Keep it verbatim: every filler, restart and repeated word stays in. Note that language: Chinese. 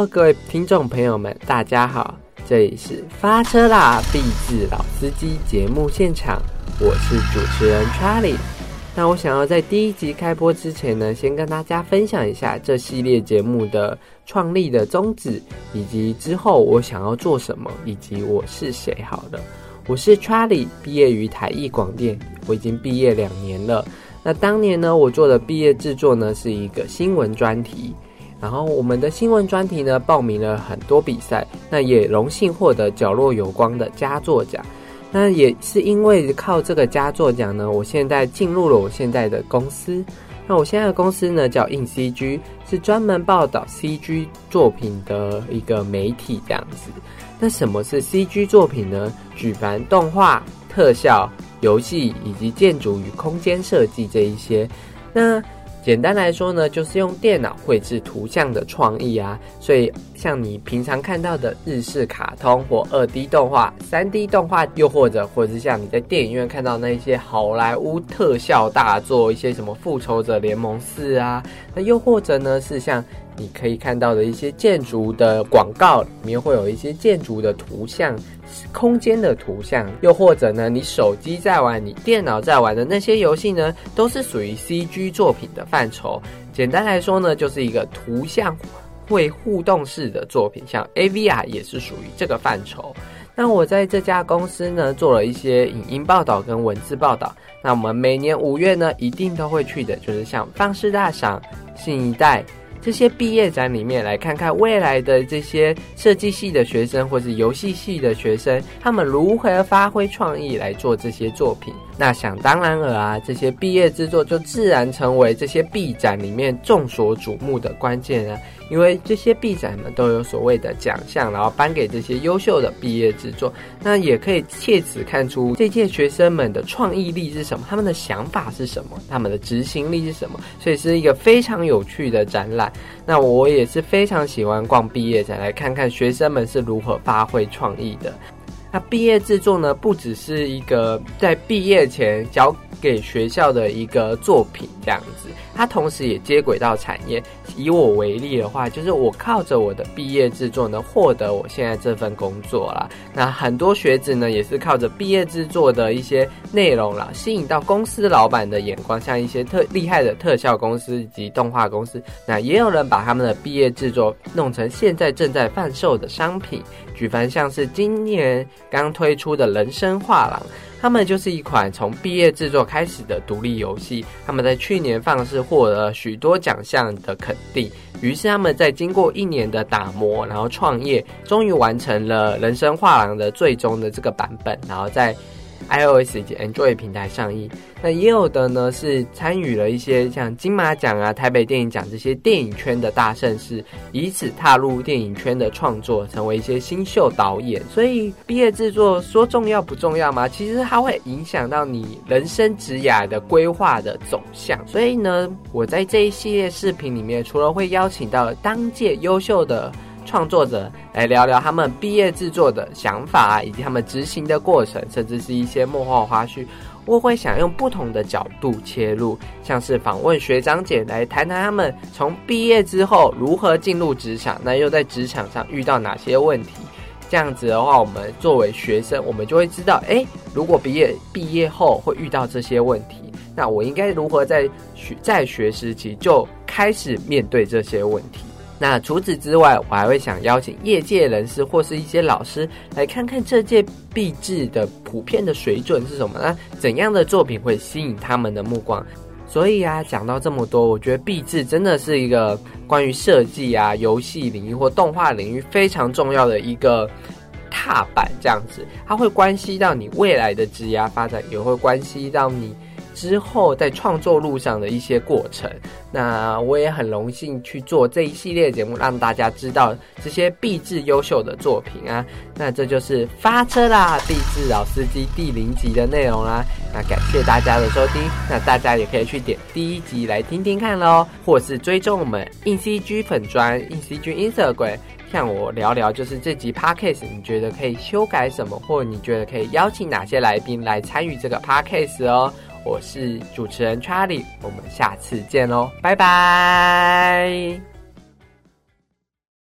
Hello， 各位听众朋友们，大家好，这里是发车啦励志老司机节目现场，我是主持人 Charlie。那我想要在第一集开播之前呢，先跟大家分享一下这系列节目的创立的宗旨，以及之后我想要做什么，以及我是谁。好了，我是 Charlie， 毕业于台艺广电，我已经毕业两年了。那当年呢，我做的毕业制作呢是一个新闻专题，然后我们的新闻专题呢报名了很多比赛，那也荣幸获得角落有光的佳作奖。那也是因为靠这个佳作奖呢，我现在进入了我现在的公司。那我现在的公司呢叫印 C G， 是专门报道 C G 作品的一个媒体这样子。那什么是 C G 作品呢？举凡动画、特效、游戏以及建筑与空间设计这一些。那简单来说呢，就是用电脑绘制图像的创意啊，所以像你平常看到的日式卡通或 二 D 动画、三 D 动画，又或者或者是像你在电影院看到那些好莱坞特效大作，一些什么复仇者联盟四啊，那又或者呢是像你可以看到的一些建筑的广告，里面会有一些建筑的图像、空间的图像，又或者呢你手机在玩、你电脑在玩的那些游戏呢，都是属于 C G 作品的范畴。简单来说呢，就是一个图像会互动式的作品，像 A V R 也是属于这个范畴。那我在这家公司呢做了一些影音报道跟文字报道。那我们每年五月呢一定都会去的，就是像放视大赏、新一代这些毕业展里面，来看看未来的这些设计系的学生或是游戏系的学生，他们如何发挥创意来做这些作品。那想当然尔啊，这些毕业制作就自然成为这些毕展里面众所瞩目的关键啊。因为这些毕展们都有所谓的奖项，然后颁给这些优秀的毕业制作，那也可以切此看出这届学生们的创意力是什么，他们的想法是什么，他们的执行力是什么，所以是一个非常有趣的展览。那我也是非常喜欢逛毕业展，来看看学生们是如何发挥创意的。那毕业制作呢，不只是一个在毕业前交给学校的一个作品这样子，它同时也接轨到产业。以我为例的话，就是我靠着我的毕业制作呢，获得我现在这份工作啦。那很多学子呢，也是靠着毕业制作的一些内容啦，吸引到公司老板的眼光，像一些特厉害的特效公司以及动画公司。那也有人把他们的毕业制作弄成现在正在贩售的商品，举凡像是今年刚推出的人生画廊，他们就是一款从毕业制作开始的独立游戏。他们在去年放视获得了许多奖项的肯定，于是他们在经过一年的打磨，然后创业，终于完成了人生画廊的最终的这个版本，然后在iOS 以及 Android 平台上映。那也有的呢是参与了一些像金马奖啊、台北电影奖这些电影圈的大盛事，以此踏入电影圈的创作，成为一些新秀导演。所以毕业制作说重要不重要吗？其实它会影响到你人生职涯的规划的走向。所以呢，我在这一系列视频里面，除了会邀请到当届优秀的创作者来聊聊他们毕业制作的想法啊，以及他们执行的过程，甚至是一些幕后花絮，我会想用不同的角度切入，像是访问学长姐来谈谈他们从毕业之后如何进入职场，那又在职场上遇到哪些问题。这样子的话，我们作为学生，我们就会知道，诶，如果毕业毕业后会遇到这些问题，那我应该如何在学在学时期就开始面对这些问题。那除此之外，我还会想邀请业界人士或是一些老师来看看这届毕制的普遍的水准是什么，那怎样的作品会吸引他们的目光。所以啊，讲到这么多，我觉得毕制真的是一个关于设计啊、游戏领域或动画领域非常重要的一个踏板这样子。它会关系到你未来的职业发展，也会关系到你之后在创作路上的一些过程。那我也很荣幸去做这一系列节目，让大家知道这些毕制优秀的作品啊。那这就是发车啦毕制老司机第零集的内容啦。那感谢大家的收听，那大家也可以去点第一集来听听看咯，或是追踪我们印 C G 粉专、印 C G Instagram，像我聊聊就是这集 Podcast 你觉得可以修改什么，或你觉得可以邀请哪些来宾来参与这个 Podcast 哦。我是主持人 Charlie， 我们下次见咯，拜拜。